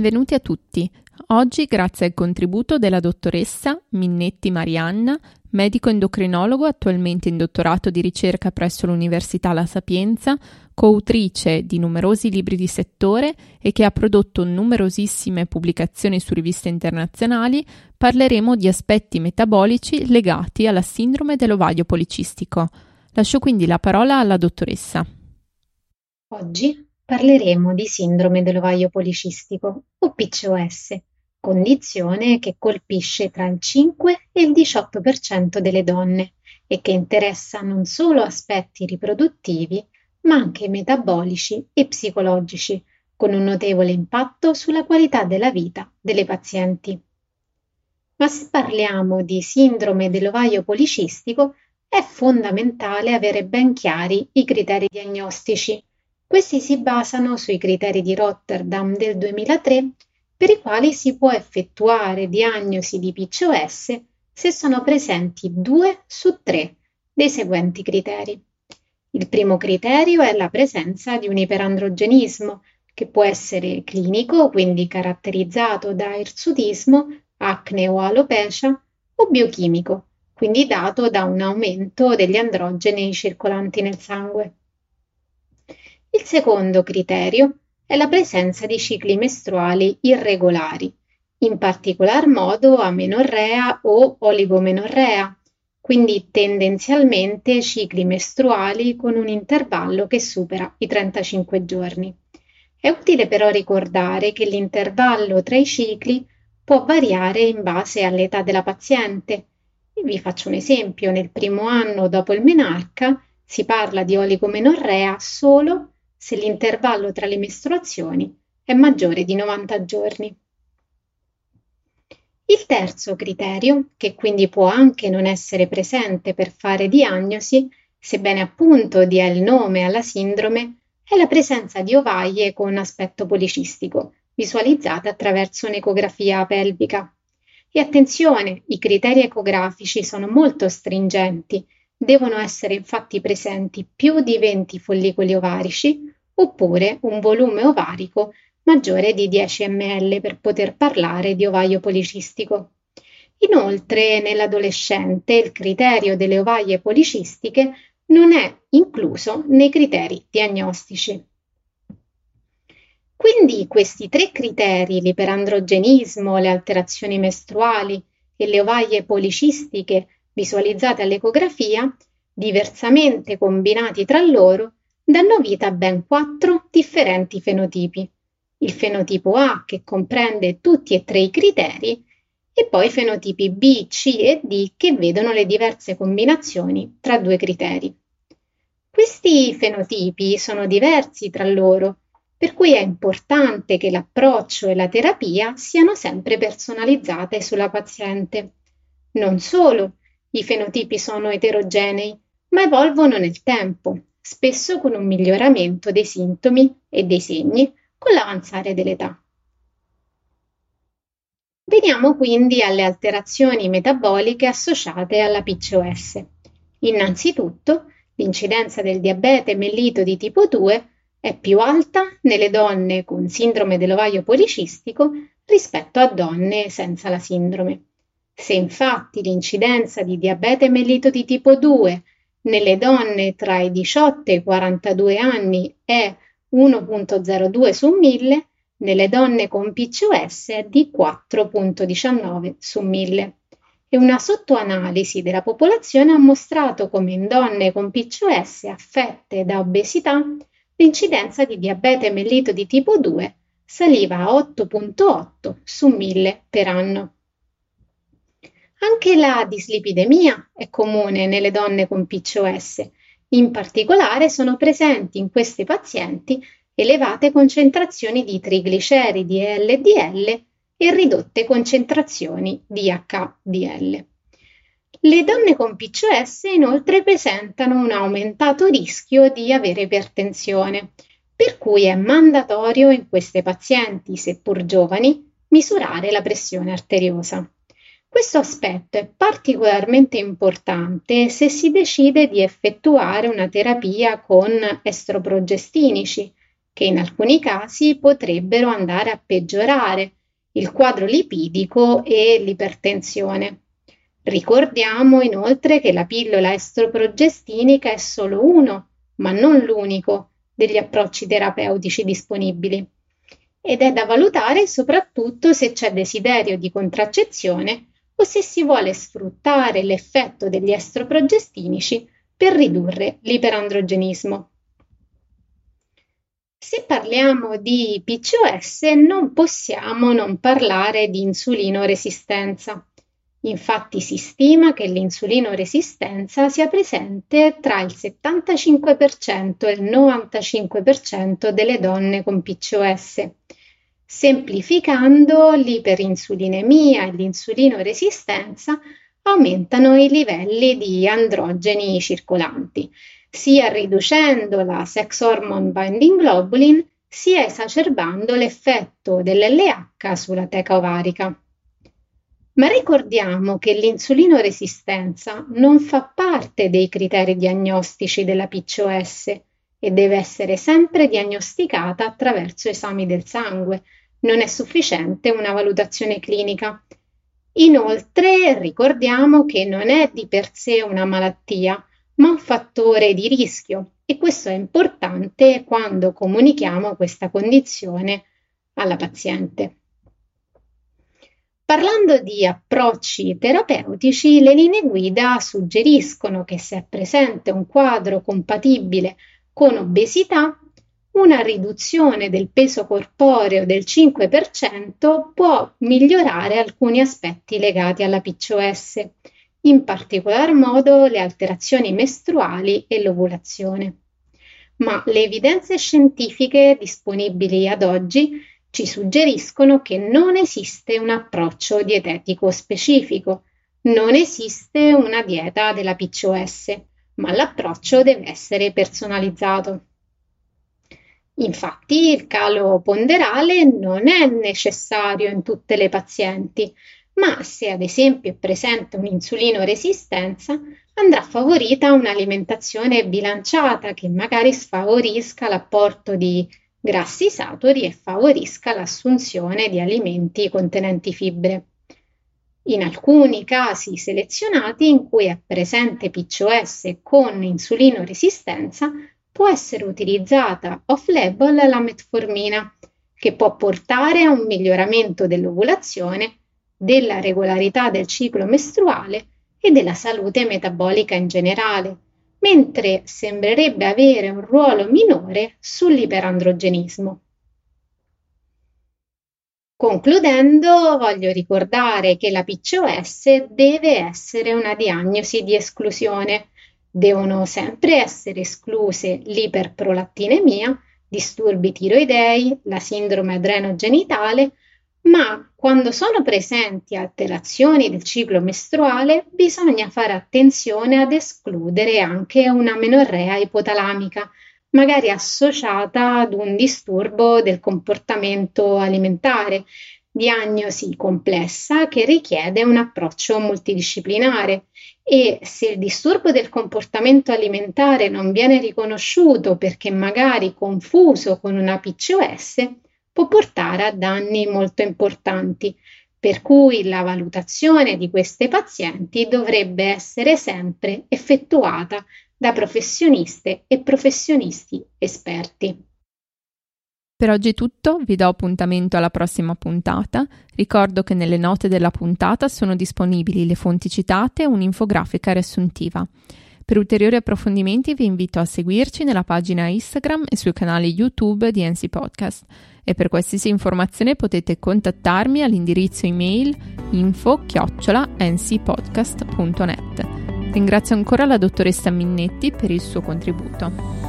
Benvenuti a tutti. Oggi, grazie al contributo della dottoressa Minnetti Marianna, medico endocrinologo attualmente in dottorato di ricerca presso l'Università La Sapienza, coautrice di numerosi libri di settore e che ha prodotto numerosissime pubblicazioni su riviste internazionali, parleremo di aspetti metabolici legati alla sindrome dell'ovaio policistico. Lascio quindi la parola alla dottoressa. Oggi parleremo di sindrome dell'ovaio policistico o PCOS, condizione che colpisce tra il 5 e il 18% delle donne e che interessa non solo aspetti riproduttivi, ma anche metabolici e psicologici, con un notevole impatto sulla qualità della vita delle pazienti. Ma se parliamo di sindrome dell'ovaio policistico, è fondamentale avere ben chiari i criteri diagnostici. Questi si basano sui criteri di Rotterdam del 2003, per i quali si può effettuare diagnosi di PCOS se sono presenti 2 su 3 dei seguenti criteri. Il primo criterio è la presenza di un iperandrogenismo, che può essere clinico, quindi caratterizzato da irsutismo, acne o alopecia, o biochimico, quindi dato da un aumento degli androgeni circolanti nel sangue. Il secondo criterio è la presenza di cicli mestruali irregolari, in particolar modo amenorrea o oligomenorrea, quindi tendenzialmente cicli mestruali con un intervallo che supera i 35 giorni. È utile però ricordare che l'intervallo tra i cicli può variare in base all'età della paziente. Vi faccio un esempio: nel primo anno dopo il menarca si parla di oligomenorrea solo se l'intervallo tra le mestruazioni è maggiore di 90 giorni. Il terzo criterio, che quindi può anche non essere presente per fare diagnosi, sebbene appunto dia il nome alla sindrome, è la presenza di ovaie con aspetto policistico, visualizzate attraverso un'ecografia pelvica. E attenzione, i criteri ecografici sono molto stringenti, devono essere infatti presenti più di 20 follicoli ovarici oppure un volume ovarico maggiore di 10 ml per poter parlare di ovaio policistico. Inoltre, nell'adolescente il criterio delle ovaie policistiche non è incluso nei criteri diagnostici. Quindi questi tre criteri, l'iperandrogenismo, le alterazioni mestruali e le ovaie policistiche visualizzate all'ecografia, diversamente combinati tra loro, danno vita a ben 4 differenti fenotipi. Il fenotipo A, che comprende tutti e tre i criteri, e poi i fenotipi B, C e D, che vedono le diverse combinazioni tra due criteri. Questi fenotipi sono diversi tra loro, per cui è importante che l'approccio e la terapia siano sempre personalizzate sulla paziente. Non solo, i fenotipi sono eterogenei, ma evolvono nel tempo, spesso con un miglioramento dei sintomi e dei segni con l'avanzare dell'età. Veniamo quindi alle alterazioni metaboliche associate alla PCOS. Innanzitutto, l'incidenza del diabete mellito di tipo 2 è più alta nelle donne con sindrome dell'ovaio policistico rispetto a donne senza la sindrome. Se infatti l'incidenza di diabete mellito di tipo 2 nelle donne tra i 18 e i 42 anni è 1,02 su 1000, nelle donne con PCOS è di 4,19 su 1000 e una sottoanalisi della popolazione ha mostrato come in donne con PCOS affette da obesità l'incidenza di diabete mellito di tipo 2 saliva a 8,8 su 1000 per anno. Anche la dislipidemia è comune nelle donne con PCOS, in particolare sono presenti in queste pazienti elevate concentrazioni di trigliceridi e LDL e ridotte concentrazioni di HDL. Le donne con PCOS inoltre presentano un aumentato rischio di avere ipertensione, per cui è mandatorio in queste pazienti, seppur giovani, misurare la pressione arteriosa. Questo aspetto è particolarmente importante se si decide di effettuare una terapia con estroprogestinici, che in alcuni casi potrebbero andare a peggiorare il quadro lipidico e l'ipertensione. Ricordiamo inoltre che la pillola estroprogestinica è solo uno, ma non l'unico, degli approcci terapeutici disponibili ed è da valutare soprattutto se c'è desiderio di contraccezione o se si vuole sfruttare l'effetto degli estroprogestinici per ridurre l'iperandrogenismo. Se parliamo di PCOS non possiamo non parlare di insulinoresistenza. Infatti si stima che l'insulinoresistenza sia presente tra il 75% e il 95% delle donne con PCOS. Semplificando, l'iperinsulinemia e l'insulinoresistenza aumentano i livelli di androgeni circolanti, sia riducendo la sex hormone binding globulin, sia esacerbando l'effetto dell'LH sulla teca ovarica. Ma ricordiamo che l'insulinoresistenza non fa parte dei criteri diagnostici della PCOS e deve essere sempre diagnosticata attraverso esami del sangue. Non è sufficiente una valutazione clinica. Inoltre ricordiamo che non è di per sé una malattia, ma un fattore di rischio e questo è importante quando comunichiamo questa condizione alla paziente. Parlando di approcci terapeutici, le linee guida suggeriscono che se è presente un quadro compatibile con obesità, una riduzione del peso corporeo del 5% può migliorare alcuni aspetti legati alla PCOS, in particolar modo le alterazioni mestruali e l'ovulazione. Ma le evidenze scientifiche disponibili ad oggi ci suggeriscono che non esiste un approccio dietetico specifico, non esiste una dieta della PCOS, ma l'approccio deve essere personalizzato. Infatti il calo ponderale non è necessario in tutte le pazienti, ma se ad esempio è presente un'insulinoresistenza, andrà favorita un'alimentazione bilanciata che magari sfavorisca l'apporto di grassi saturi e favorisca l'assunzione di alimenti contenenti fibre. In alcuni casi selezionati in cui è presente PCOS con insulinoresistenza, può essere utilizzata off-label la metformina, che può portare a un miglioramento dell'ovulazione, della regolarità del ciclo mestruale e della salute metabolica in generale, mentre sembrerebbe avere un ruolo minore sull'iperandrogenismo. Concludendo, voglio ricordare che la PCOS deve essere una diagnosi di esclusione. Devono sempre essere escluse l'iperprolattinemia, disturbi tiroidei, la sindrome adrenogenitale, ma quando sono presenti alterazioni del ciclo mestruale bisogna fare attenzione ad escludere anche un'amenorrea ipotalamica, magari associata ad un disturbo del comportamento alimentare, diagnosi complessa che richiede un approccio multidisciplinare e se il disturbo del comportamento alimentare non viene riconosciuto perché magari confuso con una PCOS, può portare a danni molto importanti, per cui la valutazione di queste pazienti dovrebbe essere sempre effettuata da professioniste e professionisti esperti. Per oggi è tutto, vi do appuntamento alla prossima puntata. Ricordo che nelle note della puntata sono disponibili le fonti citate e un'infografica riassuntiva. Per ulteriori approfondimenti vi invito a seguirci nella pagina Instagram e sul canale YouTube di NC Podcast e per qualsiasi informazione potete contattarmi all'indirizzo email info@ncpodcast.net. Ringrazio ancora la dottoressa Minnetti per il suo contributo.